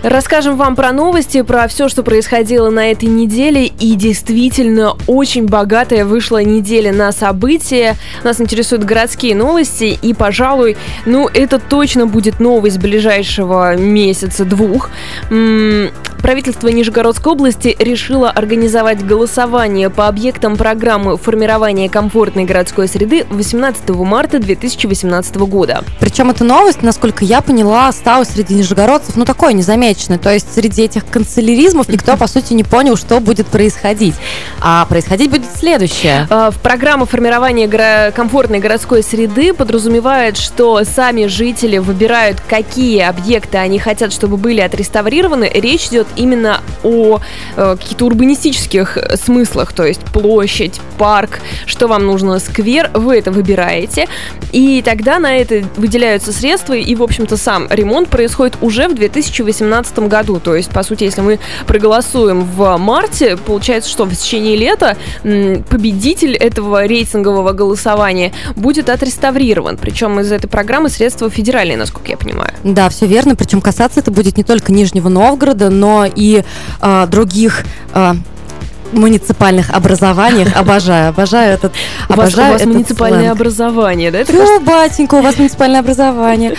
Расскажем вам про новости, про все, что происходило на этой неделе. И действительно, очень богатая вышла неделя на события. Нас интересуют городские новости. И, пожалуй, это точно будет новость ближайшего месяца-двух. Правительство Нижегородской области решило организовать голосование по объектам программы формирования комфортной городской среды 18 марта 2018 года. Причем эта новость, насколько я поняла, осталась среди нижегородцев, такой незамеченной. То есть среди этих канцеляризмов никто, по сути, не понял, что будет происходить. А происходить будет следующее. Программа формирования комфортной городской среды подразумевает, что сами жители выбирают, какие объекты они хотят, чтобы были отреставрированы. Речь идет именно о каких-то урбанистических смыслах, то есть площадь, парк, что вам нужно, сквер, вы это выбираете, и тогда на это выделяются средства, и, в общем-то, сам ремонт происходит уже в 2018 году, то есть, по сути, если мы проголосуем в марте, получается, что в течение лета победитель этого рейтингового голосования будет отреставрирован, причем из этой программы средства федеральные, насколько я понимаю. Да, все верно, причем касаться это будет не только Нижнего Новгорода, но и других муниципальных образованиях. Обожаю этот. У вас муниципальное образование, да? Батенька, у вас муниципальное образование.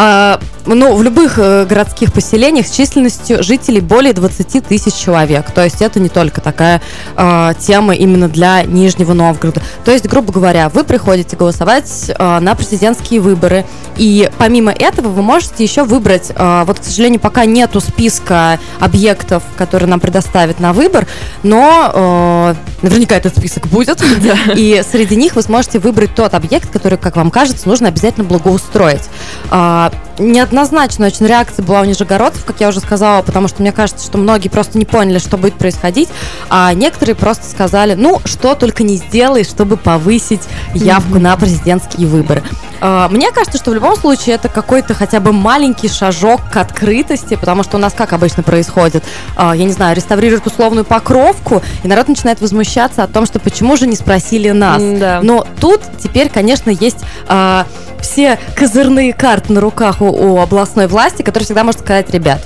В любых городских поселениях с численностью жителей более 20 тысяч человек. То есть это не только такая тема именно для Нижнего Новгорода. То есть, грубо говоря, вы приходите голосовать на президентские выборы. И помимо этого вы можете еще выбрать, к сожалению, пока нету списка объектов, которые нам предоставят на выбор, но наверняка этот список будет. Да. И среди них вы сможете выбрать тот объект, который, как вам кажется, нужно обязательно благоустроить. Неоднозначная очень реакция была у нижегородцев, как я уже сказала, потому что мне кажется, что многие просто не поняли, что будет происходить, а некоторые просто сказали, что только не сделаешь, чтобы повысить явку на президентские выборы. Мне кажется, что в любом случае это какой-то хотя бы маленький шажок к открытости, потому что у нас как обычно происходит, реставрируют условную покровку, и народ начинает возмущаться о том, что почему же не спросили нас. Да. Но тут теперь, конечно, есть все козырные карты на руках у областной власти, которые всегда может сказать, ребят,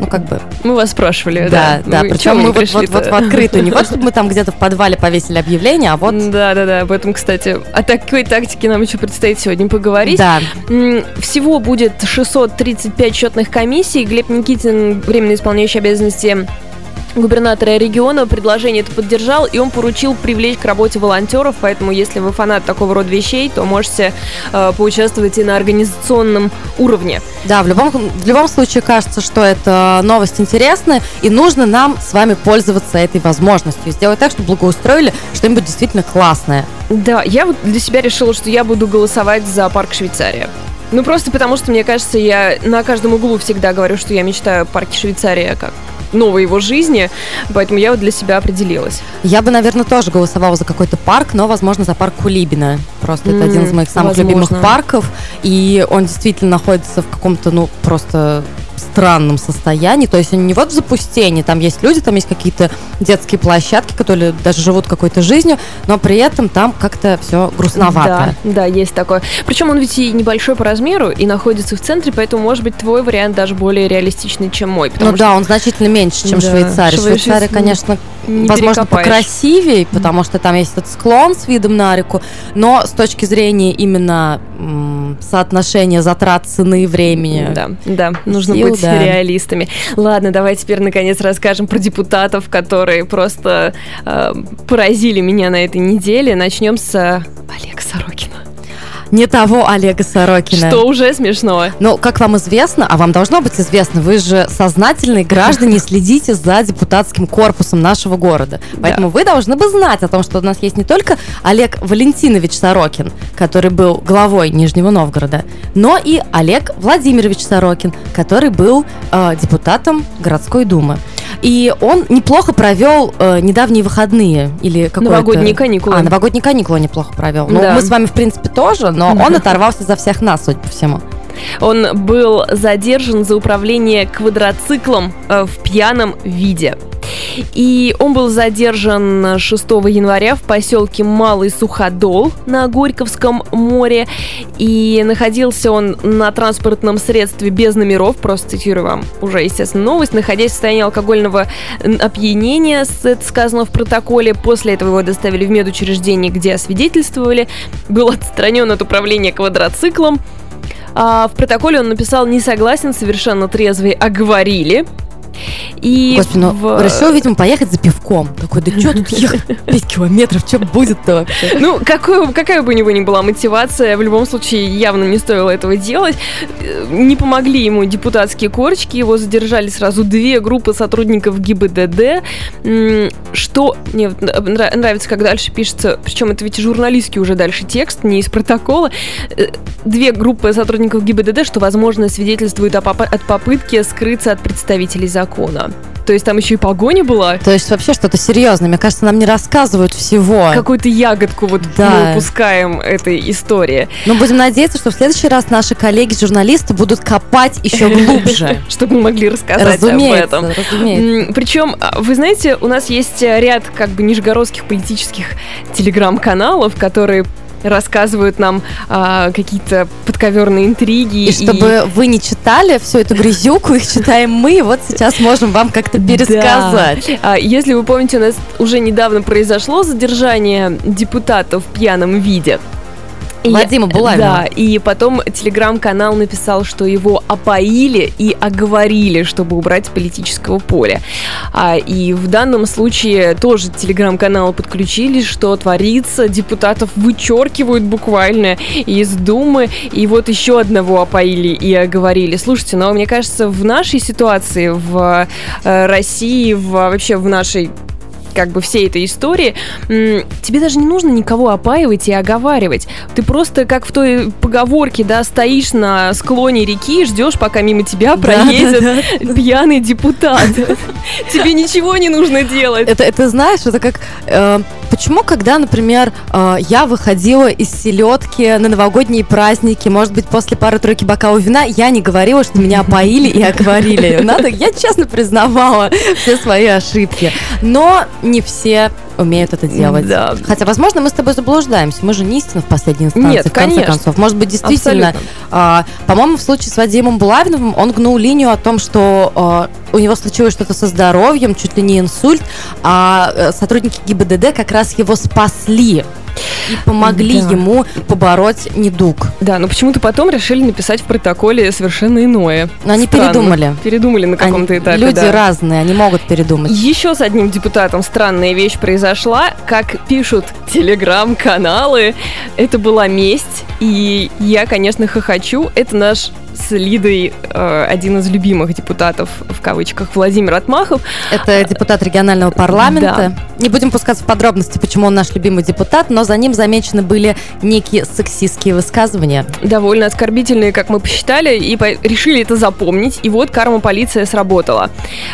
мы вас спрашивали, да. Причем мы вот в открытую. Не вот, чтобы мы там где-то в подвале повесили объявление, а вот... Да. Об этом, кстати, о такой тактике нам еще предстоит сегодня поговорить. Да. Всего будет 635 счетных комиссий. Глеб Никитин, временно исполняющий обязанности губернатора региона, предложение это поддержал, и он поручил привлечь к работе волонтеров, поэтому если вы фанат такого рода вещей, то можете поучаствовать и на организационном уровне. Да, в любом случае кажется, что это новость интересная, и нужно нам с вами пользоваться этой возможностью, сделать так, чтобы благоустроили что-нибудь действительно классное. Да, я для себя решила, что я буду голосовать за парк Швейцария. Просто потому, что, мне кажется, я на каждом углу всегда говорю, что я мечтаю о парке Швейцария как новой его жизни, поэтому я для себя определилась. Я бы, наверное, тоже голосовала за какой-то парк, но, возможно, за парк Кулибина. Просто это один из моих самых любимых парков, и он действительно находится в каком-то, просто странном состоянии, то есть они не в запустении, там есть люди, там есть какие-то детские площадки, которые даже живут какой-то жизнью, но при этом там как-то все грустновато. Да, есть такое. Причем он ведь и небольшой по размеру, и находится в центре, поэтому, может быть, твой вариант даже более реалистичный, чем мой. Он значительно меньше, чем Швейцария. Швейцария, конечно, возможно, покрасивее, потому что там есть этот склон с видом на реку, но с точки зрения именно соотношения затрат цены и времени. Да, нужно быть реалистами. Ладно, давай теперь наконец расскажем про депутатов, которые просто поразили меня на этой неделе. Начнем с Олега Сорокина. Не того Олега Сорокина. Что уже смешно. Как вам известно, а вам должно быть известно, вы же сознательные граждане, следите за депутатским корпусом нашего города. Поэтому вы должны бы знать о том, что у нас есть не только Олег Валентинович Сорокин, который был главой Нижнего Новгорода, но и Олег Владимирович Сорокин, который был депутатом городской думы. И он неплохо провел недавние выходные. Или новогодние каникулы. Новогодние каникулы неплохо провел. Мы с вами, в принципе, тоже, но он оторвался за всех нас, судя по всему. Он был задержан за управление квадроциклом в пьяном виде. И он был задержан 6 января в поселке Малый Суходол на Горьковском море. И находился он на транспортном средстве без номеров, просто цитирую вам уже, естественно, новость, находясь в состоянии алкогольного опьянения, это сказано в протоколе. После этого его доставили в медучреждение, где освидетельствовали. Был отстранен от управления квадроциклом. В протоколе он написал: «Не согласен, совершенно трезвый, оговорили». И Господи, решил, видимо, поехать за пивком. Такой, да что тут ехать 5 километров, что будет-то вообще? Ну, какая бы у него ни была мотивация, в любом случае явно не стоило этого делать. Не помогли ему депутатские корочки, его задержали сразу 2 группы сотрудников ГИБДД. Что мне нравится, как дальше пишется, причем это ведь журналистский уже дальше текст, не из протокола. 2 группы сотрудников ГИБДД, что, возможно, свидетельствует о попытке скрыться от представителей закона. То есть там еще и погоня была. То есть вообще что-то серьезное. Мне кажется, нам не рассказывают всего. Какую-то ягодку мы упускаем этой истории. Но будем надеяться, что в следующий раз наши коллеги-журналисты будут копать еще глубже. Чтобы мы могли рассказать об этом. Разумеется. Причем, вы знаете, у нас есть ряд нижегородских политических телеграм-каналов, которые рассказывают нам какие-то подковерные интриги. И чтобы вы не читали всю эту грязюку, их читаем мы, вот сейчас можем вам как-то пересказать. Да. Если вы помните, у нас уже недавно произошло задержание депутата в пьяном виде. Вадима Булавина. Да, и потом телеграм-канал написал, что его опоили и оговорили, чтобы убрать с политического поля. И в данном случае тоже телеграм-каналы подключились, что творится, депутатов вычеркивают буквально из Думы, и вот еще одного опоили и оговорили. Слушайте, но мне кажется, в нашей ситуации, в России, вообще в нашей всей этой истории, тебе даже не нужно никого опаивать и оговаривать. Ты просто, как в той поговорке, да, стоишь на склоне реки и ждешь, пока мимо тебя проедет пьяный депутат. Тебе ничего не нужно делать. Это знаешь, это как... Почему, когда, например, я выходила из селедки на новогодние праздники, может быть, после пары-тройки бокалов вина, я не говорила, что меня опоили и оговорили. Я честно признавала все свои ошибки. Но не все умеют это делать. Да. Хотя, возможно, мы с тобой заблуждаемся. Мы же не истина в последней инстанции. Нет, в конце концов. Может быть, действительно, по-моему, в случае с Вадимом Булавиным он гнул линию о том, что у него случилось что-то со здоровьем, чуть ли не инсульт, а сотрудники ГИБДД как раз его спасли и помогли ему побороть недуг. Да, но почему-то потом решили написать в протоколе совершенно иное. Но они передумали. Передумали на каком-то этапе. Люди разные, они могут передумать. Еще с одним депутатом странная вещь произошла. Как пишут телеграм-каналы, это была месть. И я, конечно, хохочу. Это наш с Лидой один из любимых депутатов, в кавычках, Владимир Отмахов. Это депутат регионального парламента. Да. Не будем пускаться в подробности, почему он наш любимый депутат, но за ним замечены были некие сексистские высказывания. Довольно оскорбительные, как мы посчитали, и решили это запомнить. И вот карма-полиция сработала.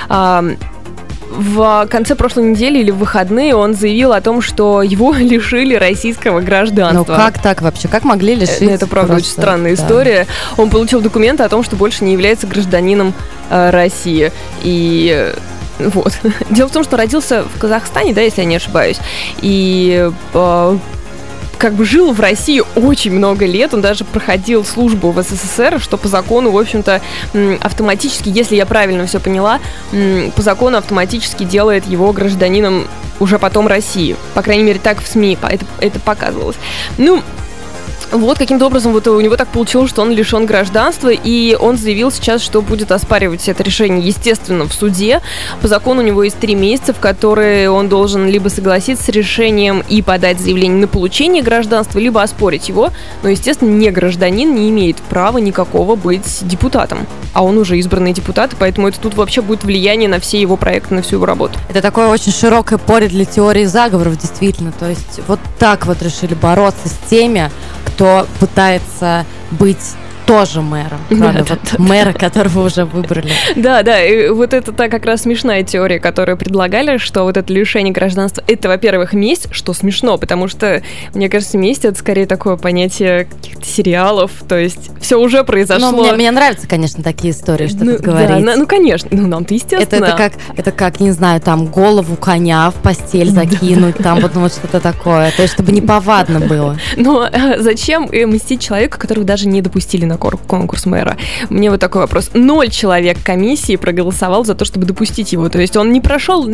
В конце прошлой недели или в выходные он заявил о том, что его лишили российского гражданства. Ну как так вообще? Как могли лишить? Это, правда, очень странная история. Он получил документы о том, что больше не является гражданином России. И вот. Дело в том, что родился в Казахстане, да, если я не ошибаюсь. И жил в России очень много лет, он даже проходил службу в СССР, что по закону, в общем-то, автоматически, если я правильно все поняла, по закону автоматически делает его гражданином уже потом России. По крайней мере, так в СМИ это показывалось. Вот каким-то образом у него так получилось, что он лишен гражданства, и он заявил сейчас, что будет оспаривать это решение, естественно, в суде. По закону у него есть 3 месяца, в которые он должен либо согласиться с решением и подать заявление на получение гражданства, либо оспорить его. Но, естественно, не гражданин не имеет права никакого быть депутатом. А он уже избранный депутат, и поэтому это тут вообще будет влияние на все его проекты, на всю его работу. Это такое очень широкое поле для теории заговоров, действительно. То есть вот так вот решили бороться с теми, кто пытается быть тоже мэром, кроме мэра, которого уже выбрали. Да, и вот это как раз смешная теория, которую предлагали, что вот это лишение гражданства, это, во-первых, месть, что смешно, потому что, мне кажется, месть — это скорее такое понятие каких-то сериалов, то есть все уже произошло. Ну, мне нравятся, конечно, такие истории, что тут говорить. Да, конечно, нам-то естественно. Это как, не знаю, там, голову коня в постель закинуть, там вот что-то такое, то есть чтобы неповадно было. Но зачем мстить человеку, которого даже не допустили на конкурс мэра? Мне вот такой вопрос. 0 человек комиссии проголосовал за то, чтобы допустить его. То есть он не прошел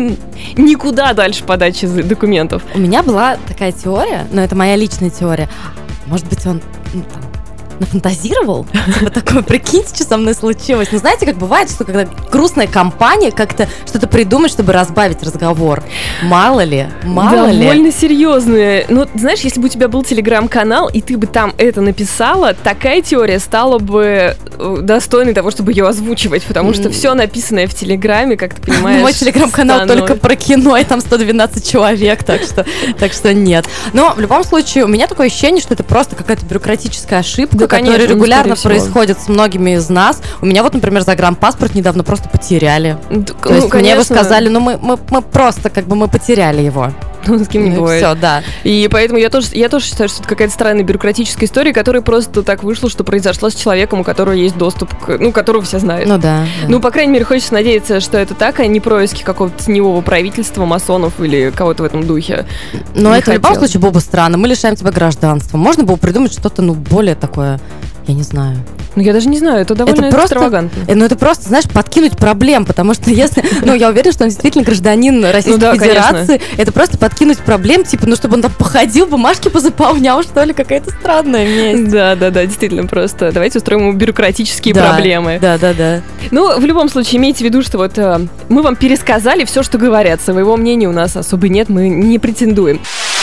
никуда дальше подачи документов. У меня была такая теория, но это моя личная теория. Может быть, он нафантазировал? Вот такое, прикиньте, что со мной случилось. Ну, знаете, как бывает, что когда грустная компания как-то что-то придумает, чтобы разбавить разговор. Мало ли. Довольно серьезные. Ну, знаешь, если бы у тебя был телеграм-канал, и ты бы там это написала, такая теория стала бы достойной того, чтобы ее озвучивать, потому что все написанное в телеграме, как ты понимаешь, мой телеграм-канал только про кино, и там 112 человек, так что нет. Но в любом случае, у меня такое ощущение, что это просто какая-то бюрократическая ошибка, которая регулярно происходит с многими из нас. У меня вот, например, загранпаспорт недавно просто потеряли. То есть мне вы сказали, мы просто мы потеряли его. С кем не бывает. Все, да. И поэтому я тоже считаю, что это какая-то странная бюрократическая история, которая просто так вышла, что произошла с человеком, у которого есть доступ которого все знают. Ну да. Ну, по крайней мере, хочется надеяться, что это так, а не происки какого-то теневого правительства, масонов или кого-то в этом духе. Но это в любом случае было бы странно. Мы лишаем тебя гражданства. Можно было придумать что-то, более такое, я не знаю. Ну, я даже не знаю, это довольно экстравагантно. Это просто, знаешь, подкинуть проблем, потому что если... я уверена, что он действительно гражданин Российской Федерации. Конечно. Это просто подкинуть проблем, чтобы он там походил, бумажки позаполнял, что ли, какая-то странная месть. Да, действительно, просто давайте устроим ему бюрократические проблемы. Да. Ну, в любом случае, имейте в виду, что вот мы вам пересказали все, что говорят. Своего мнения у нас особо нет, мы не претендуем.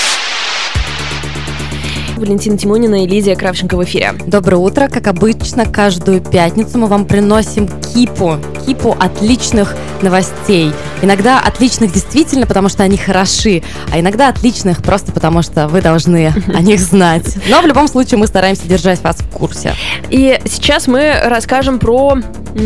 Валентина Тимонина и Лидия Кравченко в эфире. Доброе утро. Как обычно, каждую пятницу мы вам приносим кипу отличных новостей. Иногда отличных действительно, потому что они хороши, а иногда отличных просто потому, что вы должны о них знать. Но в любом случае мы стараемся держать вас в курсе. И сейчас мы расскажем про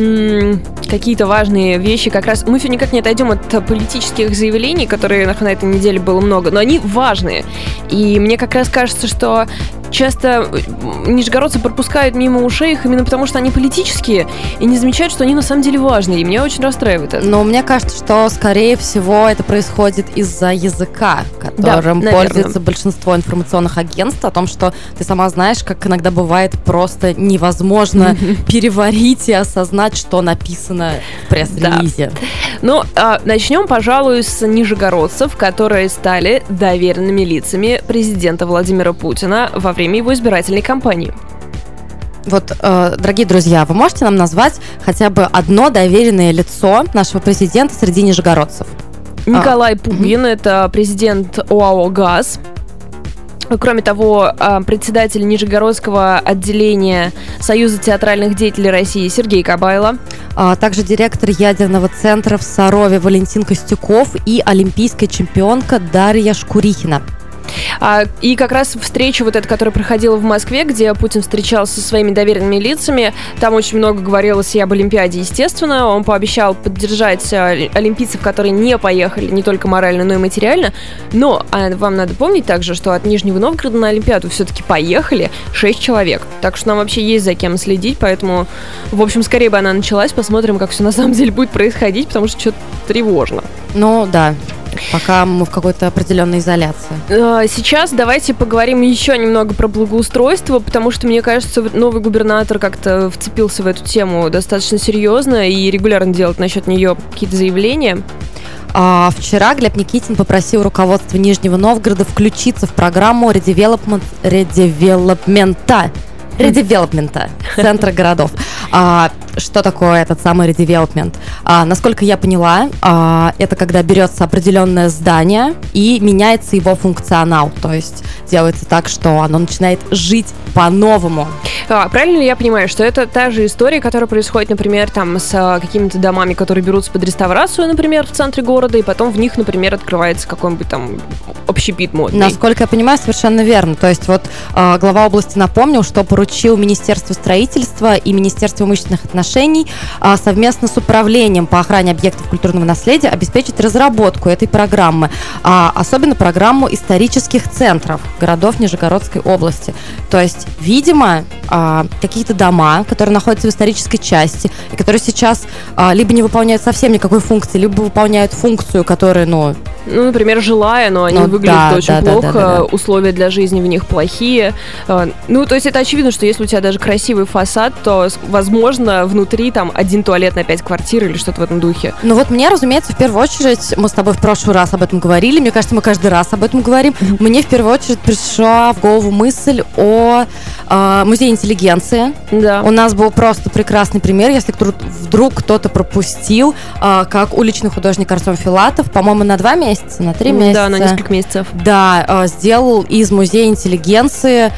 какие-то важные вещи. Как раз мы все никак не отойдем от политических заявлений, которые на этой неделе было много, но они важные. И мне как раз кажется, что часто нижегородцы пропускают мимо ушей их именно потому, что они политические, и не замечают, что они на самом деле важные. И меня очень расстраивает это. Но мне кажется, что, скорее всего, это происходит из-за языка, которым пользуется большинство информационных агентств, о том, что ты сама знаешь, как иногда бывает просто невозможно переварить и осознать, что написано в пресс-релизе. Ну, начнем, пожалуй, с нижегородцев, которые стали доверенными лицами президента Владимира Путина во время его избирательной кампании. Вот, дорогие друзья, вы можете нам назвать хотя бы одно доверенное лицо нашего президента среди нижегородцев? Николай Пугин, это президент ОАО «ГАЗ». Кроме того, председатель Нижегородского отделения Союза театральных деятелей России Сергей Кабайло. Также директор ядерного центра в Сарове Валентин Костюков и олимпийская чемпионка Дарья Шкурихина. И как раз встреча вот эта, которая проходила в Москве, где Путин встречался со своими доверенными лицами, там очень много говорилось и об Олимпиаде, естественно. Он пообещал поддержать олимпийцев, которые не поехали не только морально, но и материально. Но вам надо помнить также, что от Нижнего Новгорода на Олимпиаду все-таки поехали 6 человек. Так что нам вообще есть за кем следить, поэтому, в общем, скорее бы она началась. Посмотрим, как все на самом деле будет происходить, потому что что-то тревожно. Ну, да. Пока мы в какой-то определенной изоляции. Сейчас давайте поговорим еще немного про благоустройство, потому что, мне кажется, новый губернатор как-то вцепился в эту тему достаточно серьезно и регулярно делает насчет нее какие-то заявления. Вчера Глеб Никитин попросил руководство Нижнего Новгорода включиться в программу редевелопмента центра городов. Что такое этот самый редевелопмент? Насколько я поняла, это когда берется определенное здание и меняется его функционал. То есть делается так, что оно начинает жить по-новому. Правильно ли я понимаю, что это та же история, которая происходит, например, там с какими-то домами, которые берутся под реставрацию, например, в центре города, и потом в них, например, открывается какой-нибудь там общепит модный? Насколько я понимаю, совершенно верно. То есть вот глава области напомнил, что поручил Министерству строительства и Министерству имущественных отношений совместно с управлением по охране объектов культурного наследия обеспечить разработку этой программы, особенно программу исторических центров городов Нижегородской области. То есть, видимо, какие-то дома, которые находятся в исторической части, и которые сейчас либо не выполняют совсем никакой функции, либо выполняют функцию, которая, например, жилая, но они выглядят очень плохо, да. Условия для жизни в них плохие. То есть это очевидно, что если у тебя даже красивый фасад, то, возможно, внутри там один туалет на 5 квартир или что-то в этом духе. Мне, разумеется, в первую очередь, мы с тобой в прошлый раз об этом говорили, мне кажется, мы каждый раз об этом говорим. Мне в первую очередь пришла в голову мысль о музее интеллигенции. Да. У нас был просто прекрасный пример, если вдруг кто-то пропустил, как уличный художник Артем Филатов, по-моему, на 2 месяца, на 3 месяца. Да, на несколько месяцев. Да, сделал из музея интеллигенции...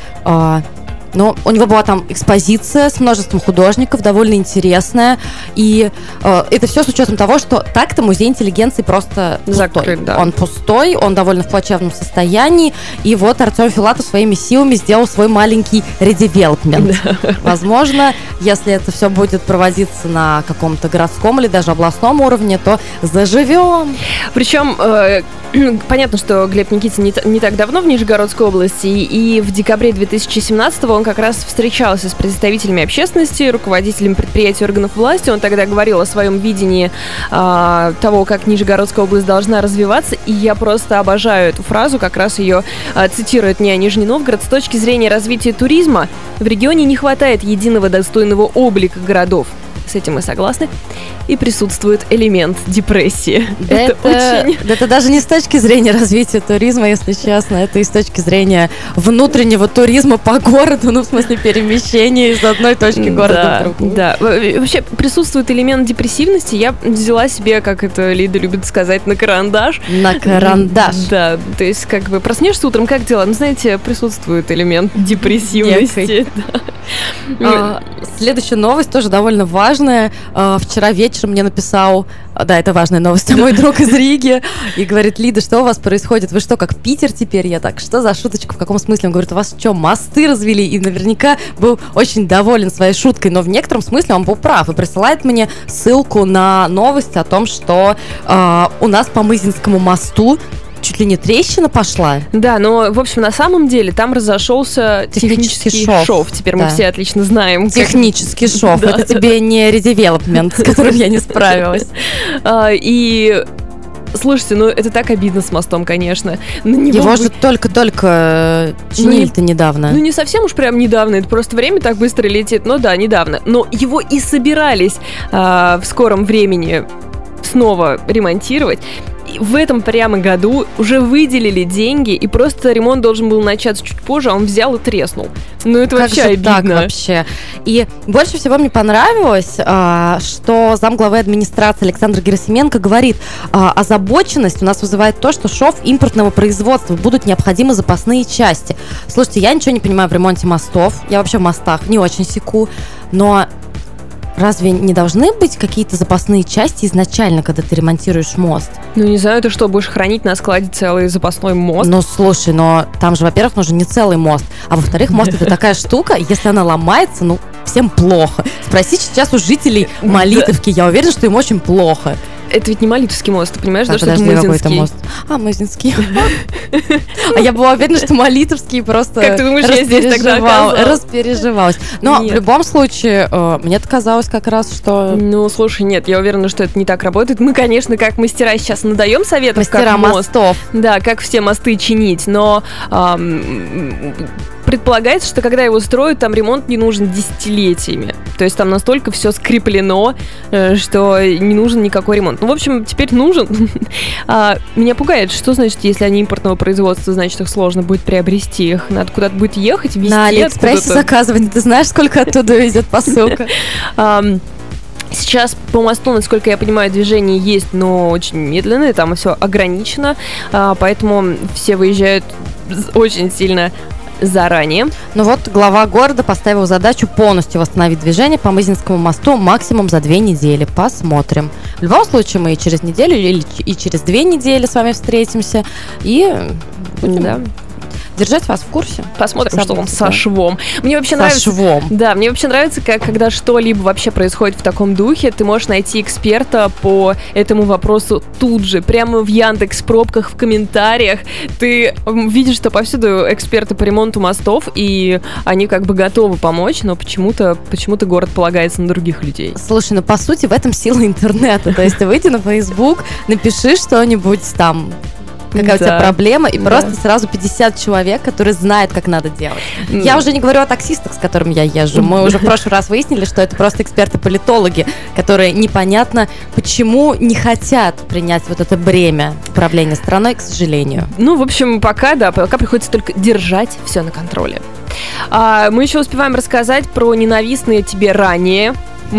у него была там экспозиция с множеством художников, довольно интересная. И это все с учетом того, что так-то музей интеллигенции просто закрыт, пустой. Да. Он пустой, он довольно в плачевном состоянии. И вот Артем Филатов своими силами сделал свой маленький редевелопмент. Да. Возможно, если это все будет проводиться на каком-то городском или даже областном уровне, то заживем. Причем... Понятно, что Глеб Никитин не так давно в Нижегородской области, и в декабре 2017-го он как раз встречался с представителями общественности, руководителями предприятий и органов власти. Он тогда говорил о своем видении того, как Нижегородская область должна развиваться, и я просто обожаю эту фразу, как раз ее цитирует НИА Нижний Новгород. С точки зрения развития туризма в регионе не хватает единого достойного облика городов. С этим мы согласны. И присутствует элемент депрессии. Это даже не с точки зрения развития туризма, если честно. Это и с точки зрения внутреннего туризма по городу, в смысле перемещения из одной точки города в другую. Да, вообще присутствует элемент депрессивности. Я взяла себе, как это Лида любит сказать, на карандаш. На карандаш. Да, то есть проснешься утром, как дела? Знаете, присутствует элемент депрессивности. Следующая новость тоже довольно важная. Вчера вечером мне написал, да, это важная новость, мой друг из Риги, и говорит: Лида, что у вас происходит? Вы что, как Питер теперь? Я так, что за шуточка, в каком смысле? Он говорит: у вас что, мосты развели? И наверняка был очень доволен своей шуткой, но в некотором смысле он был прав и присылает мне ссылку на новость о том, что у нас по Мызинскому мосту чуть ли не трещина пошла. Да, но, в общем, на самом деле там разошелся технический шов. Теперь мы все отлично знаем. Технический шов. Это тебе не редевелопмент, с которым я не справилась. И... Слушайте, это так обидно с мостом, конечно. Его же только-только чинили-то недавно. Не совсем уж прям недавно, это просто время так быстро летит. Да, недавно. Но его и собирались в скором времени снова ремонтировать. В этом прямо году уже выделили деньги, и просто ремонт должен был начаться чуть позже, а он взял и треснул. Это вообще обидно. Так вообще. И больше всего мне понравилось, что замглавы администрации Александр Герасименко говорит: озабоченность у нас вызывает то, что шов импортного производства, будут необходимы запасные части. Слушайте, я ничего не понимаю в ремонте мостов, я вообще в мостах не очень секу, но... Разве не должны быть какие-то запасные части изначально, когда ты ремонтируешь мост? Не знаю, ты что, будешь хранить на складе целый запасной мост? Слушай, но там же, во-первых, нужен не целый мост, а во-вторых, мост это такая штука, если она ломается, всем плохо. Спроси сейчас у жителей Молитовки, я уверена, что им очень плохо. Это ведь не Молитовский мост, ты понимаешь, что это Мызинский? Мост. Мызинский. А я была уверена, что Молитовский просто как ты думаешь, я здесь тогда оказалась? Распереживалась. Но в любом случае, мне казалось как раз, что... Слушай, нет, я уверена, что это не так работает. Мы, конечно, как мастера сейчас надаем советов, мастера как мостов. Да, как все мосты чинить, но... Предполагается, что когда его строят, там ремонт не нужен десятилетиями. То есть там настолько все скреплено, что не нужен никакой ремонт. В общем, теперь нужен. Меня пугает, что значит, если они импортного производства, значит, их сложно будет приобрести. Их надо куда-то будет ехать, везти. На Алиэкспрессе заказывать. Ты знаешь, сколько оттуда везет посылка? Сейчас по мосту, насколько я понимаю, движение есть, но очень медленное, там все ограничено, поэтому все выезжают очень сильно заранее. Ну вот, глава города поставил задачу полностью восстановить движение по Мызинскому мосту максимум за 2 недели. Посмотрим. В любом случае, мы и через неделю, и через 2 недели с вами встретимся. И будем держать вас в курсе. Посмотрим, что там со швом. Мне вообще со нравится. Швом. Да, мне вообще нравится, когда что-либо вообще происходит в таком духе, ты можешь найти эксперта по этому вопросу тут же, прямо в Яндекс.Пробках, в комментариях. Ты видишь, что повсюду эксперты по ремонту мостов, и они как бы готовы помочь, но почему-то город полагается на других людей. Слушай, ну по сути в этом сила интернета. То есть ты выйди на Facebook, напиши что-нибудь там, какая у тебя проблема, и просто сразу 50 человек, которые знают, как надо делать. Я уже не говорю о таксистах, с которыми я езжу. Мы уже в прошлый раз выяснили, что это просто эксперты-политологи, которые непонятно, почему не хотят принять вот это бремя управления страной, к сожалению. Ну, в общем, пока приходится только держать все на контроле. Мы еще успеваем рассказать про ненавистные тебе ранее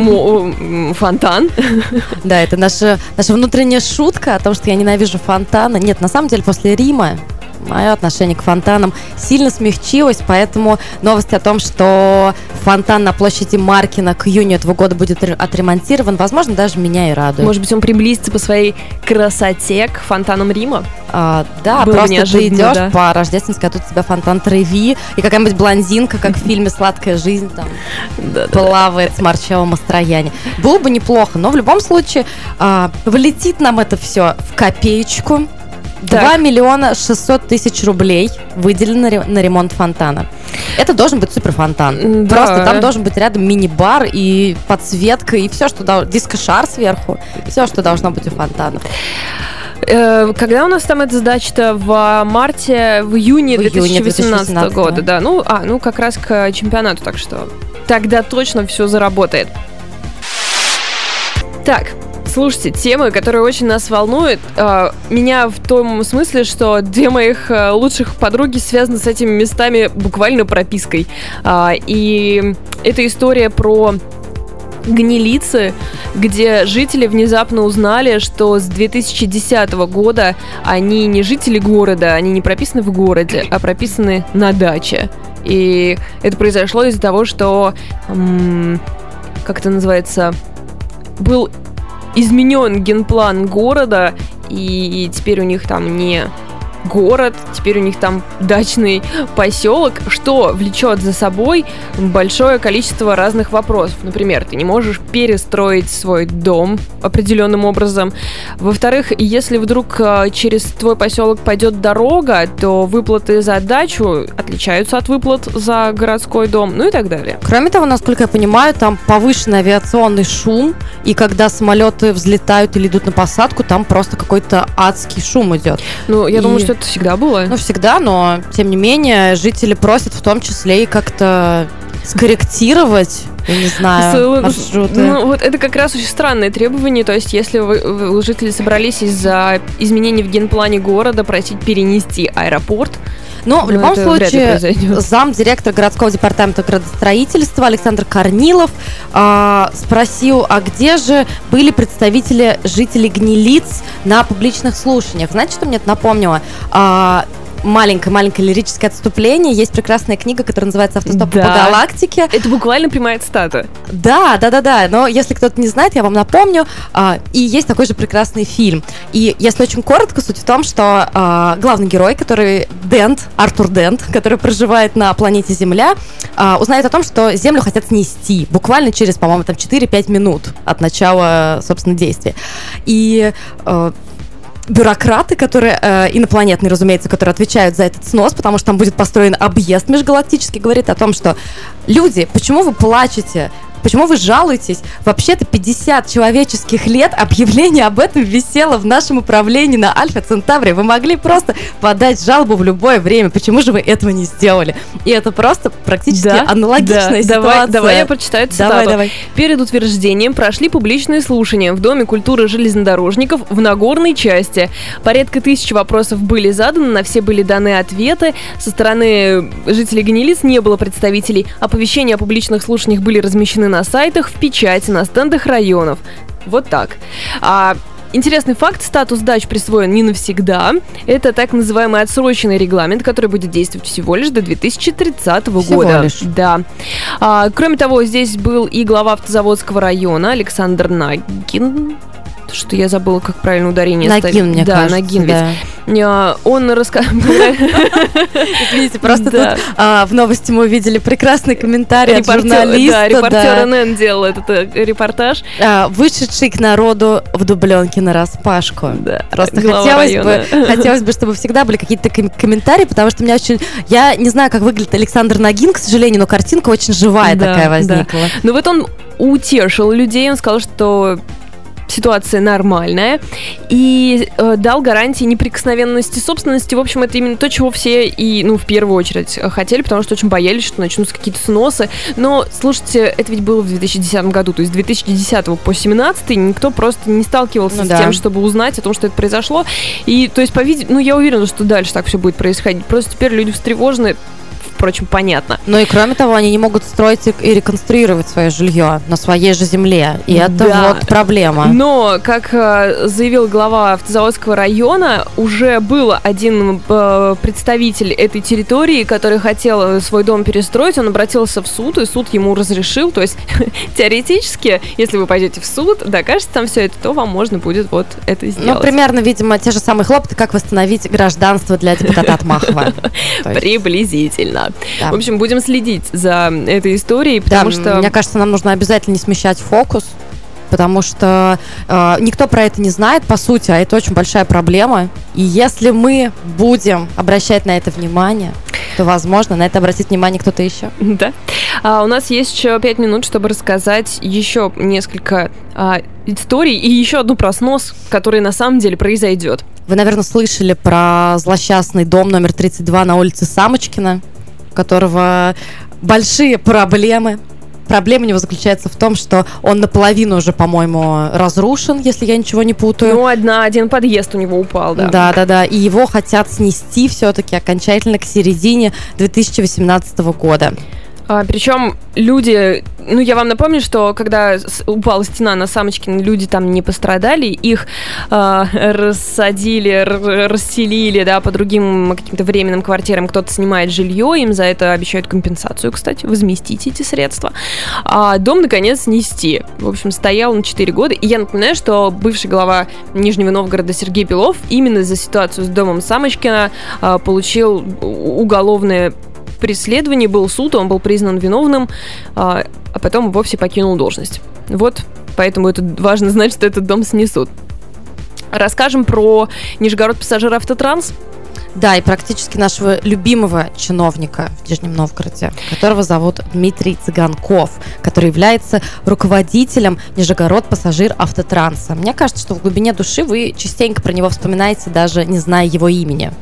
фонтан. Да, это наша внутренняя шутка о том, что я ненавижу фонтаны. Нет, на самом деле, после Рима мое отношение к фонтанам сильно смягчилось, поэтому новость о том, что фонтан на площади Маркина к июню этого года будет отремонтирован, возможно, даже меня и радует. Может быть, он приблизится по своей красоте к фонтанам Рима? Да, было просто ты идешь по Рождественской, а тут у тебя фонтан Треви, и какая-нибудь блондинка, как в фильме «Сладкая жизнь», там плавает с Марчелло Мастроянни. Было бы неплохо, но в любом случае влетит нам это все в копеечку. 2 миллиона 600 тысяч рублей выделено на ремонт фонтана. Это должен быть суперфонтан. Да. Просто там должен быть рядом мини-бар и подсветка, и все, что диско-шар сверху, все, что должно быть у фонтана. Когда у нас там эта задача-то? В июне 2018 года, да. Ну, как раз к чемпионату, так что тогда точно все заработает. Так, слушайте, темы, которые очень нас волнуют, меня в том смысле, что 2 моих лучших подруги связаны с этими местами буквально пропиской. И это история про Гнилицы, где жители внезапно узнали, что с 2010 года они не жители города, они не прописаны в городе, а прописаны на даче. И это произошло из-за того, что, как это называется, был изменен генплан города, и теперь у них там не город, теперь у них там дачный поселок, что влечет за собой большое количество разных вопросов. Например, ты не можешь перестроить свой дом определенным образом. Во-вторых, если вдруг через твой поселок пойдет дорога, то выплаты за дачу отличаются от выплат за городской дом, ну и так далее. Кроме того, насколько я понимаю, там повышенный авиационный шум, и когда самолеты взлетают или идут на посадку, там просто какой-то адский шум идет. Ну, я думаю, что это всегда было. Ну, всегда, но, тем не менее, жители просят в том числе и как-то скорректировать, я не знаю, маршруты. Ну, вот это как раз очень странное требование. То есть, если жители собрались из-за изменений в генплане города просить перенести аэропорт, но в любом случае замдиректора городского департамента градостроительства Александр Корнилов спросил, а где же были представители жителей Гнилиц на публичных слушаниях. Знаете, что мне это напомнило? Маленькое лирическое отступление. Есть прекрасная книга, которая называется «Автостоп по галактике». Это буквально прямая цитата. Да. Но если кто-то не знает, я вам напомню. И есть такой же прекрасный фильм. И если очень коротко, суть в том, что главный герой, который Артур Дент, который проживает на планете Земля, узнает о том, что Землю хотят снести буквально через, по-моему, там 4-5 минут от начала, собственно, действия. И бюрократы, которые инопланетные, разумеется, которые отвечают за этот снос, потому что там будет построен объезд межгалактический, говорит о том, что люди, почему вы плачете? Почему вы жалуетесь? Вообще-то 50 человеческих лет объявление об этом висело в нашем управлении на Альфа Центавре. Вы могли просто подать жалобу в любое время. Почему же вы этого не сделали? И это просто практически аналогичная ситуация. Давай я прочитаю эту цитату. Давай. Перед утверждением прошли публичные слушания в Доме культуры железнодорожников в Нагорной части. Порядка 1000 вопросов были заданы, на все были даны ответы. Со стороны жителей Гнилиц не было представителей. Оповещения о публичных слушаниях были размещены на сайтах, в печати, на стендах районов. Вот так. Интересный факт, статус дач присвоен не навсегда. Это так называемый отсроченный регламент, который будет действовать всего лишь до 2030 года. Лишь. Да. Кроме того, здесь был и глава Автозаводского района Александр Нагин. Что я забыла, как правильно ударение ставить. Нагин, мне кажется. Нагин, да. Он рассказал... Извините, просто тут в новости мы увидели прекрасный комментарий от журналиста. Да, репортер НН делал этот репортаж. Вышедший к народу в дубленке нараспашку. Да. Просто хотелось бы, чтобы всегда были какие-то комментарии, потому что у меня очень... Я не знаю, как выглядит Александр Нагин, к сожалению, но картинка очень живая такая возникла. Ну вот он утешил людей, он сказал, что ситуация нормальная, и дал гарантии неприкосновенности собственности. В общем, это именно то, чего все и, в первую очередь хотели, потому что очень боялись, что начнутся какие-то сносы. Но, слушайте, это ведь было в 2010 году, то есть с 2010 по 2017 никто просто не сталкивался с тем, чтобы узнать о том, что это произошло. И, то есть, я уверена, что дальше так все будет происходить. Просто теперь люди встревожены, впрочем, понятно. Ну и кроме того, они не могут строить и реконструировать свое жилье на своей же земле. И это вот проблема. Но, как заявил глава Автозаводского района, уже был один представитель этой территории, который хотел свой дом перестроить. Он обратился в суд, и суд ему разрешил. То есть, теоретически, если вы пойдете в суд, докажете там все это, то вам можно будет вот это сделать. Ну, примерно, видимо, те же самые хлопоты, как восстановить гражданство для депутата Отмахова. Приблизительно. Да. В общем, будем следить за этой историей, потому что... Мне кажется, нам нужно обязательно не смещать фокус, потому что никто про это не знает, по сути, а это очень большая проблема. И если мы будем обращать на это внимание, то, возможно, на это обратит внимание кто-то еще. Да. У нас есть еще 5 минут, чтобы рассказать еще несколько историй и еще одну про снос, который на самом деле произойдет. Вы, наверное, слышали про злосчастный дом номер 32 на улице Самочкина, у которого большие проблемы. Проблема у него заключается в том, что он наполовину уже, по-моему, разрушен, если я ничего не путаю. Ну, один подъезд у него упал, да. Да. И его хотят снести все-таки окончательно к середине 2018 года. Причем люди, я вам напомню, что когда упала стена на Самочкина, люди там не пострадали, их рассадили, расселили, да, по другим каким-то временным квартирам, кто-то снимает жилье, им за это обещают компенсацию, кстати, возместить эти средства. А дом, наконец, снести. В общем, стоял на 4 года, и я напоминаю, что бывший глава Нижнего Новгорода Сергей Белов именно за ситуацию с домом Самочкина получил уголовное преследование, был суд, он был признан виновным, а потом вовсе покинул должность. Вот, поэтому это важно знать, что этот дом снесут. Расскажем про Нижегород Пассажиравтотранс. Да, и практически нашего любимого чиновника в Нижнем Новгороде, которого зовут Дмитрий Цыганков, который является руководителем Нижегород Пассажиравтотранса. Мне кажется, что в глубине души вы частенько про него вспоминаете, даже не зная его имени.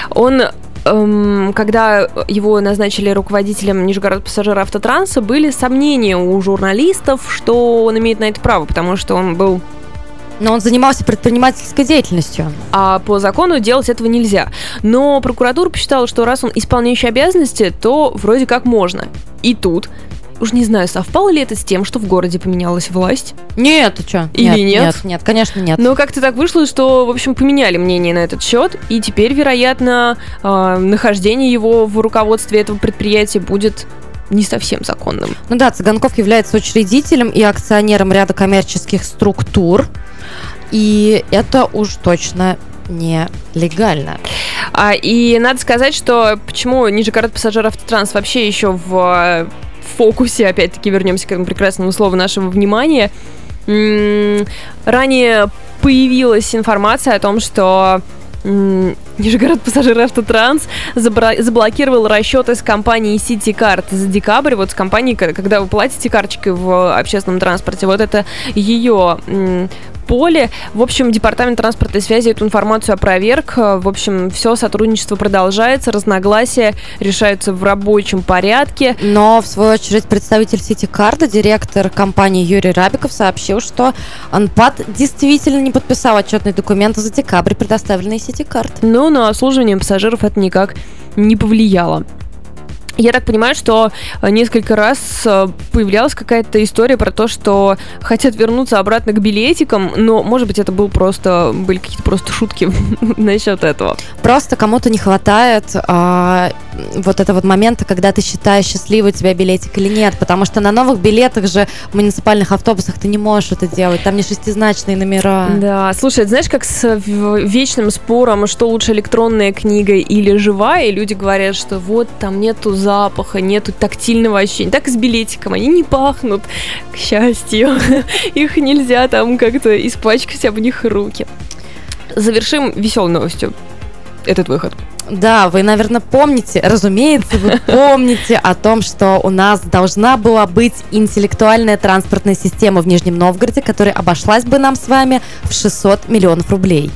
Когда его назначили руководителем Нижегород Пассажиравтотранса, были сомнения у журналистов, что он имеет на это право, потому что он был... Но он занимался предпринимательской деятельностью. А по закону делать этого нельзя. Но прокуратура посчитала, что раз он исполняющий обязанности, то вроде как можно. И тут... Уж не знаю, совпало ли это с тем, что в городе поменялась власть? Нет, ты что? Или нет? Нет, конечно, нет. Но как-то так вышло, что, в общем, поменяли мнение на этот счет, и теперь, вероятно, нахождение его в руководстве этого предприятия будет не совсем законным. Ну да, Цыганков является учредителем и акционером ряда коммерческих структур, и это уж точно нелегально. И надо сказать, что почему Нижегород Пассажиравтотранс вообще еще в фокусе, опять-таки вернемся к этому прекрасному слову, нашего внимания. Ранее появилась информация о том, что Нижегород Пассажиравтотранс заблокировал расчеты с компанией Ситикарт за декабрь. Вот с компанией, когда вы платите карточкой в общественном транспорте, вот это ее поле. В общем, Департамент транспорта и связи эту информацию опроверг. В общем, все сотрудничество продолжается, разногласия решаются в рабочем порядке. Но, в свою очередь, представитель Ситикарта, директор компании Юрий Рабиков, сообщил, что АНПАТ действительно не подписал отчетные документы за декабрь, предоставленные Ситикарт. Но на обслуживание пассажиров это никак не повлияло. Я так понимаю, что несколько раз появлялась какая-то история про то, что хотят вернуться обратно к билетикам, но, может быть, это были какие-то просто шутки насчет этого. Просто кому-то не хватает вот этого вот момента, когда ты считаешь, счастливый у тебя билетик или нет, потому что на новых билетах же в муниципальных автобусах ты не можешь это делать, там не шестизначные номера. Да, слушай, знаешь, как с вечным спором, что лучше, электронная книга или живая, и люди говорят, что вот там нету запаха, нету тактильного ощущения. Так и с билетиком, они не пахнут, к счастью. Их нельзя там как-то испачкать об них руки. Завершим веселой новостью этот выход. Да, вы, наверное, помните, разумеется, вы помните о том, что у нас должна была быть интеллектуальная транспортная система в Нижнем Новгороде, которая обошлась бы нам с вами в 600 миллионов рублей.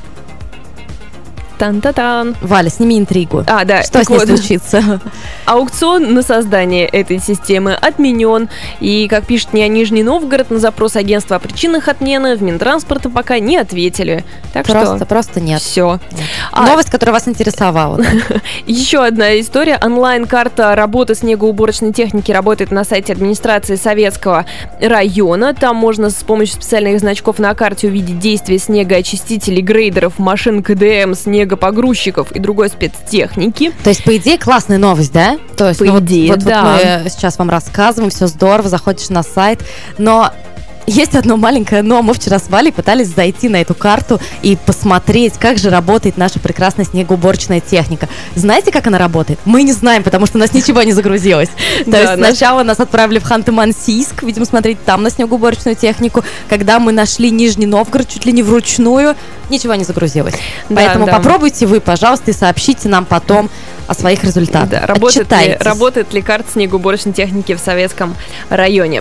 Тан-та-тан. Валя, сними интригу. Да. Что с ней случится? Аукцион на создание этой системы отменен. И, как пишет НИА Нижний Новгород, на запрос агентства о причинах отмены в Минтранспорта пока не ответили. Так просто нет. Все. Новость, которая вас интересовала. Еще одна история. Онлайн-карта работы снегоуборочной техники работает на сайте администрации Советского района. Там можно с помощью специальных значков на карте увидеть действия снегоочистителей, грейдеров, машин КДМ, снегопогрузчиков и другой спецтехники. То есть, по идее, классная новость, да? То есть, по идее, да. Вот мы сейчас вам рассказываем, все здорово, заходишь на сайт, но есть одно маленькое но. Мы вчера с Валей пытались зайти на эту карту и посмотреть, как же работает наша прекрасная снегоуборочная техника. Знаете, как она работает? Мы не знаем, потому что у нас ничего не загрузилось. То есть сначала нас отправили в Ханты-Мансийск, видимо, смотреть там на снегоуборочную технику. Когда мы нашли Нижний Новгород, чуть ли не вручную, ничего не загрузилось. Поэтому попробуйте вы, пожалуйста, и сообщите нам потом о своих результатах. Да, работает ли карта снегоуборочной техники в Советском районе?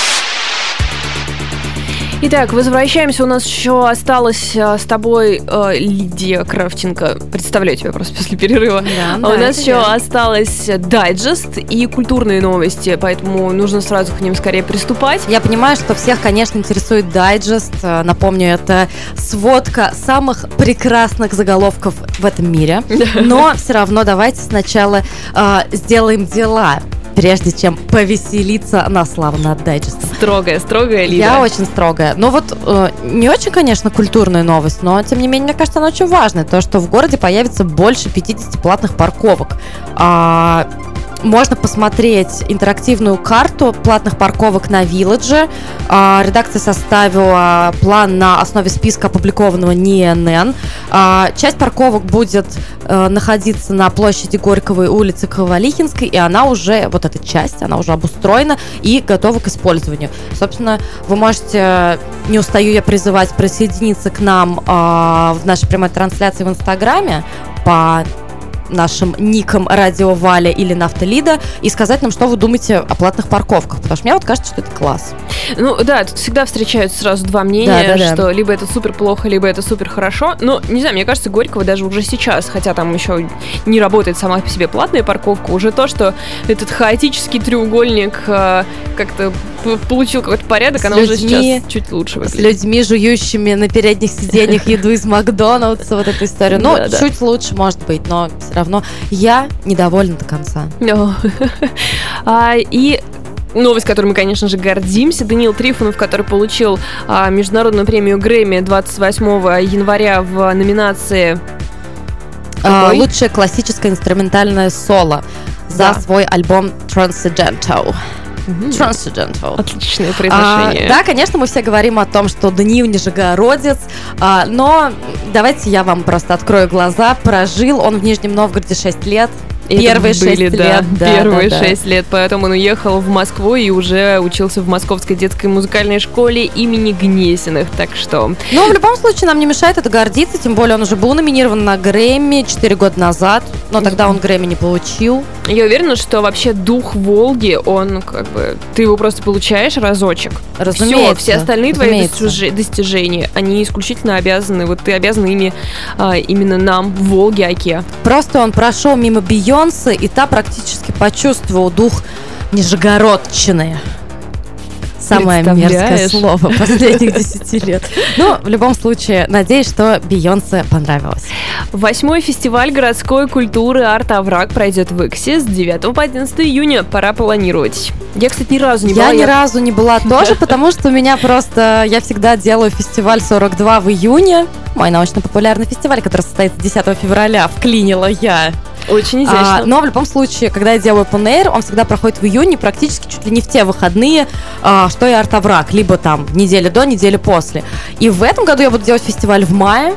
Итак, возвращаемся. У нас еще осталась с тобой Лидия Кравченко. Представляю тебя просто после перерыва. У нас еще осталось дайджест и культурные новости, поэтому нужно сразу к ним скорее приступать. Я понимаю, что всех, конечно, интересует дайджест. Напомню, это сводка самых прекрасных заголовков в этом мире. Но все равно давайте сначала сделаем дела, прежде чем повеселиться на славу над дайджестом. Строгая Лида. Я очень строгая. Ну вот, не очень, конечно, культурная новость, но, тем не менее, мне кажется, она очень важная. То, что в городе появится больше 50 платных парковок. Можно посмотреть интерактивную карту платных парковок на Вилладже. Редакция составила план на основе списка, опубликованного НИИНН. Часть парковок будет находиться на площади Горького и улице Ковалихинской, и она уже, вот эта часть, она уже обустроена и готова к использованию. Собственно, вы можете, не устаю я призывать, присоединиться к нам в нашей прямой трансляции в Инстаграме по нашим никам Радио Валя или Нафталида и сказать нам, что вы думаете о платных парковках, потому что мне вот кажется, что это класс. Ну да, тут всегда встречаются сразу два мнения, что либо это супер плохо, либо это супер хорошо. Но, не знаю, мне кажется, Горького даже уже сейчас, хотя там еще не работает сама по себе платная парковка, уже то, что этот хаотический треугольник как-то получил какой-то порядок, она уже сейчас чуть лучше выглядит. С людьми, жующими на передних сиденьях еду из Макдональдса, вот эту историю. Ну, чуть лучше, может быть, но все равно я недовольна до конца. И новость, которой мы, конечно же, гордимся. Даниил Трифонов, который получил международную премию Грэмми 28 января в номинации «Лучшее классическое инструментальное соло» за свой альбом «Transcendental». Transcendental. Отличное произношение. Да, конечно, мы все говорим о том, что Даниил нижегородец, но давайте я вам просто открою глаза. Прожил он в Нижнем Новгороде 6 лет. Первые 6 лет. Первые 6 лет. Поэтому он уехал в Москву и уже учился в Московской детской музыкальной школе имени Гнесиных. Так что... Ну, в любом случае, нам не мешает это гордиться. Тем более, он уже был номинирован на Грэмми 4 года назад. Но тогда он Грэмми не получил. Я уверена, что вообще дух Волги, он как бы... Ты его просто получаешь разочек. Разумеется. Все остальные твои достижения, они исключительно обязаны... Вот ты обязана ими именно нам в Волге-Оке. Просто он прошел мимо Бейонсе, и та практически почувствовал дух нижегородчины. Самое мерзкое слово последних 10 лет. Ну, в любом случае, надеюсь, что Бейонсе понравилось. 8-й фестиваль городской культуры «Арт-Овраг» пройдет в Иксе с 9 по 11 июня. Пора планировать. Я, кстати, ни разу не была. Я ни разу не была тоже, потому что у меня просто... Я всегда делаю фестиваль 42 в июне. Мой научно-популярный фестиваль, который состоится 10 февраля. Вклинила я. Очень изящно. Но в любом случае, когда я делаю Open Air, он всегда проходит в июне, практически чуть ли не в те выходные, что и «Арт-Овраг», либо там неделю до, неделю после. И в этом году я буду делать фестиваль в мае.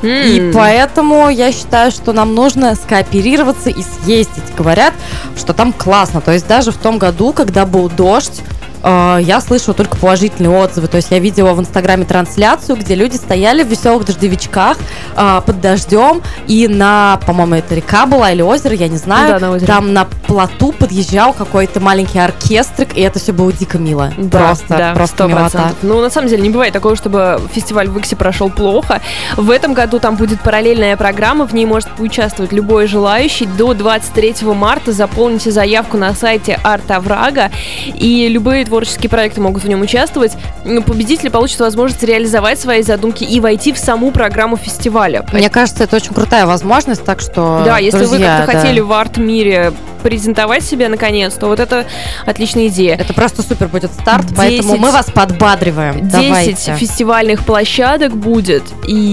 И поэтому я считаю, что нам нужно скооперироваться и съездить. Говорят, что там классно. То есть даже в том году, когда был дождь, я слышала только положительные отзывы. То есть я видела в Инстаграме трансляцию, где люди стояли в веселых дождевичках под дождем, и на, по-моему, это река была или озеро, я не знаю. Да, на озере. Там на плоту подъезжал какой-то маленький оркестрик, и это все было дико мило. Да, просто 100%. милота. Ну, на самом деле, не бывает такого, чтобы фестиваль в Иксе прошел плохо. В этом году там будет параллельная программа, в ней может участвовать любой желающий. До 23 марта заполните заявку на сайте «Арт-Оврага», и любые творческие проекты могут в нем участвовать. Победители получат возможность реализовать свои задумки и войти в саму программу фестиваля. Мне кажется, это очень крутая возможность, так что, да, если друзья, вы как-то хотели в арт-мире презентовать себя наконец, то вот это отличная идея. Это просто супер будет старт, поэтому мы вас подбадриваем. 10 Давайте. фестивальных площадок будет,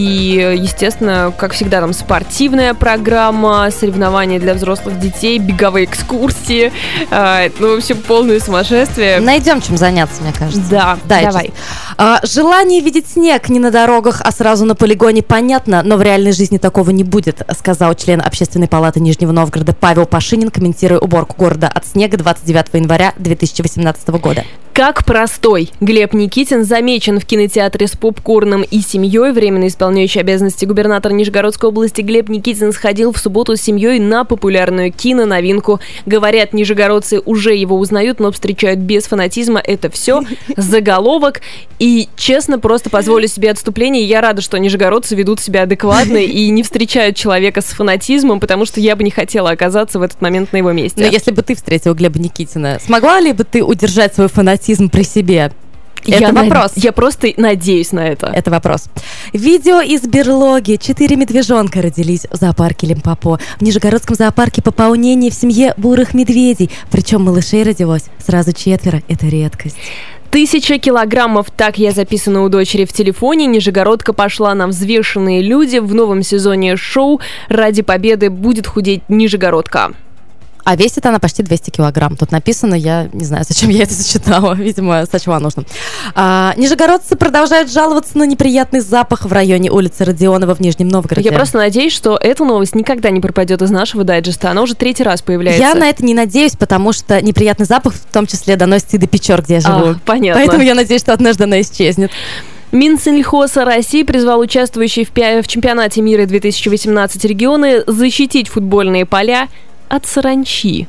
и, естественно, как всегда, там спортивная программа, соревнования для взрослых детей, беговые экскурсии, ну, в общем, полное сумасшествие. Найдем чем заняться, мне кажется. Да, давай. Желание видеть снег не на дорогах, а сразу на полигоне, понятно, но в реальной жизни такого не будет, сказал член Общественной палаты Нижнего Новгорода Павел Пашинин, комментируя уборку города от снега 29 января 2018 года. Как простой. Глеб Никитин замечен в кинотеатре с попкорном и семьей. Временно исполняющий обязанности губернатора Нижегородской области Глеб Никитин сходил в субботу с семьей на популярную киноновинку. Говорят, нижегородцы уже его узнают, но встречают без фанатизма. Это все заголовок. И, честно, просто позволю себе отступление. Я рада, что нижегородцы ведут себя адекватно и не встречают человека с фанатизмом, потому что я бы не хотела оказаться в этот момент на его месте. Но если бы ты встретила Глеба Никитина, смогла ли бы ты удержать свой фанатизм при себе? Это вопрос. Я просто надеюсь на это. Это вопрос. Видео из берлоги. 4 медвежонка родились в зоопарке Лимпопо. В Нижегородском зоопарке пополнение в семье бурых медведей. Причем малышей родилось сразу 4. Это редкость. 1000 килограммов, так я записана у дочери в телефоне. Нижегородка пошла на взвешенные люди. В новом сезоне шоу «Ради победы» будет худеть Нижегородка. А весит она почти 200 килограмм. Тут написано, я не знаю, зачем я это зачитала. Видимо, сочла нужно. Нижегородцы продолжают жаловаться на неприятный запах в районе улицы Родионова в Нижнем Новгороде. Я просто надеюсь, что эта новость никогда не пропадет из нашего дайджеста. Она уже 3-й раз появляется. Я на это не надеюсь, потому что неприятный запах в том числе доносится и до Печор, где я живу. Понятно. Поэтому я надеюсь, что однажды она исчезнет. Минсельхоза России призвал участвующие в чемпионате мира 2018 регионы защитить футбольные поля от саранчи.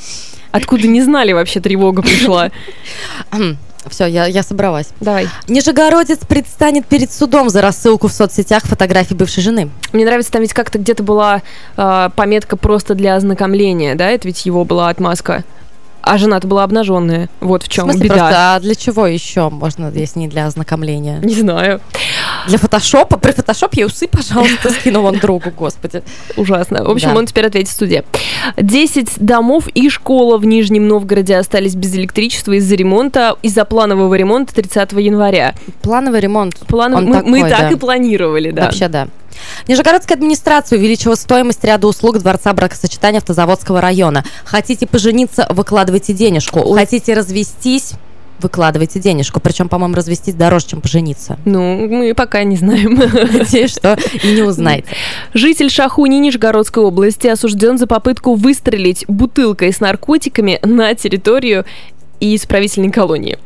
Откуда не знали, вообще тревога пришла. Все, я собралась. Давай. Нижегородец предстанет перед судом за рассылку в соцсетях фотографий бывшей жены. Мне нравится, там ведь как-то где-то была пометка просто для ознакомления, да? Это ведь его была отмазка. А жена-то была обнаженная. Вот в чем беда. Просто, а для чего еще можно, если не для ознакомления? Не знаю. Для фотошопа? При фотошопе усы, пожалуйста, скинул он другу, господи. Ужасно. В общем, он теперь ответит в суде. 10 домов и школа в Нижнем Новгороде остались без электричества из-за ремонта, из-за планового ремонта 30 января. Плановый ремонт. Мы так и планировали, да. Вообще, да. Нижегородская администрация увеличила стоимость ряда услуг Дворца бракосочетания Автозаводского района. Хотите пожениться – выкладывайте денежку. Хотите развестись – выкладывайте денежку. Причем, по-моему, развестись дороже, чем пожениться. Ну, мы пока не знаем. Надеюсь, что и не узнаете. Житель Шахуни Нижегородской области осужден за попытку выстрелить бутылкой с наркотиками на территорию исправительной колонии.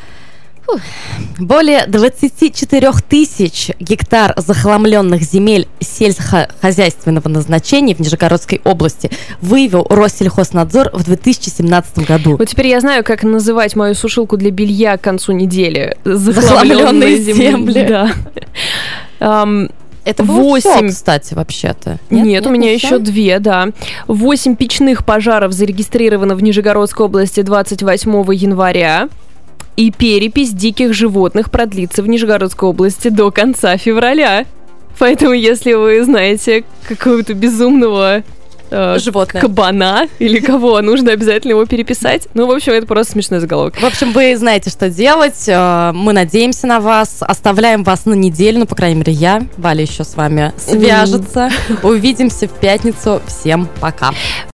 Более 24 тысяч гектар захламленных земель сельскохозяйственного назначения в Нижегородской области выявил Россельхознадзор в 2017 году. Вот теперь я знаю, как называть мою сушилку для белья к концу недели. Захламленные земли. Да. Это было все, кстати, вообще-то. Нет, у меня еще 2, да. 8 печных пожаров зарегистрировано в Нижегородской области 28 января. И перепись диких животных продлится в Нижегородской области до конца февраля. Поэтому, если вы знаете какого-то безумного животное, кабана или кого, нужно обязательно его переписать. Ну, в общем, это просто смешной заголовок. В общем, вы знаете, что делать. Мы надеемся на вас. Оставляем вас на неделю. Ну, по крайней мере, Валя еще с вами свяжется. Увидимся в пятницу. Всем пока.